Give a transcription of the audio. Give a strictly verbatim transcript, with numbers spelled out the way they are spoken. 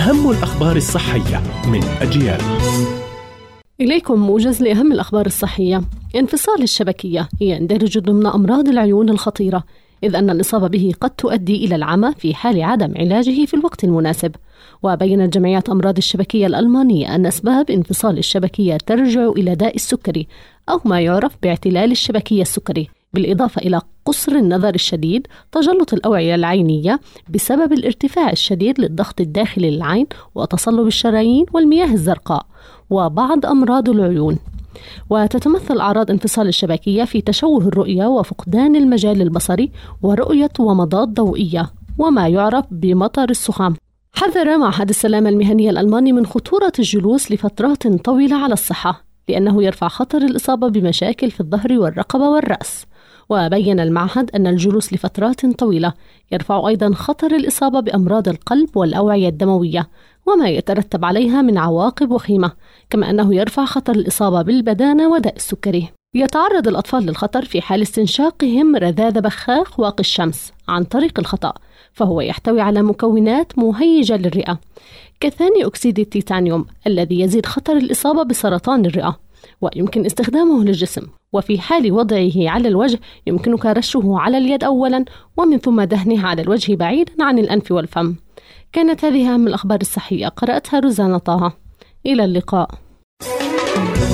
أهم الأخبار الصحية من أجيال. إليكم موجز لأهم الأخبار الصحية. انفصال الشبكية يندرج ضمن أمراض العيون الخطيرة، إذ أن الإصابة به قد تؤدي إلى العمى في حال عدم علاجه في الوقت المناسب. وبينت جمعية أمراض الشبكية الألمانية أن أسباب انفصال الشبكية ترجع إلى داء السكري أو ما يعرف باعتلال الشبكية السكري، بالإضافة إلى قصر النظر الشديد، تجلط الأوعية العينية بسبب الارتفاع الشديد للضغط الداخلي للعين وتصلب الشرايين والمياه الزرقاء وبعض أمراض العيون. وتتمثل أعراض انفصال الشبكية في تشوه الرؤية وفقدان المجال البصري ورؤية ومضات ضوئية وما يعرف بمطر السخام. حذر معهد السلامة المهنية الألماني من خطورة الجلوس لفترات طويلة على الصحة، لأنه يرفع خطر الإصابة بمشاكل في الظهر والرقبة والرأس. وبين المعهد أن الجلوس لفترات طويلة يرفع أيضا خطر الإصابة بأمراض القلب والأوعية الدموية وما يترتب عليها من عواقب وخيمة، كما أنه يرفع خطر الإصابة بالبدانة وداء السكري. يتعرض الأطفال للخطر في حال استنشاقهم رذاذ بخاخ واقي الشمس عن طريق الخطأ، فهو يحتوي على مكونات مهيجة للرئة كثاني أكسيد التيتانيوم الذي يزيد خطر الإصابة بسرطان الرئة، ويمكن استخدامه للجسم. وفي حال وضعه على الوجه يمكنك رشه على اليد أولا ومن ثم دهنه على الوجه بعيدا عن الأنف والفم. كانت هذه أهم الأخبار الصحية، قرأتها روزانا طه. إلى اللقاء.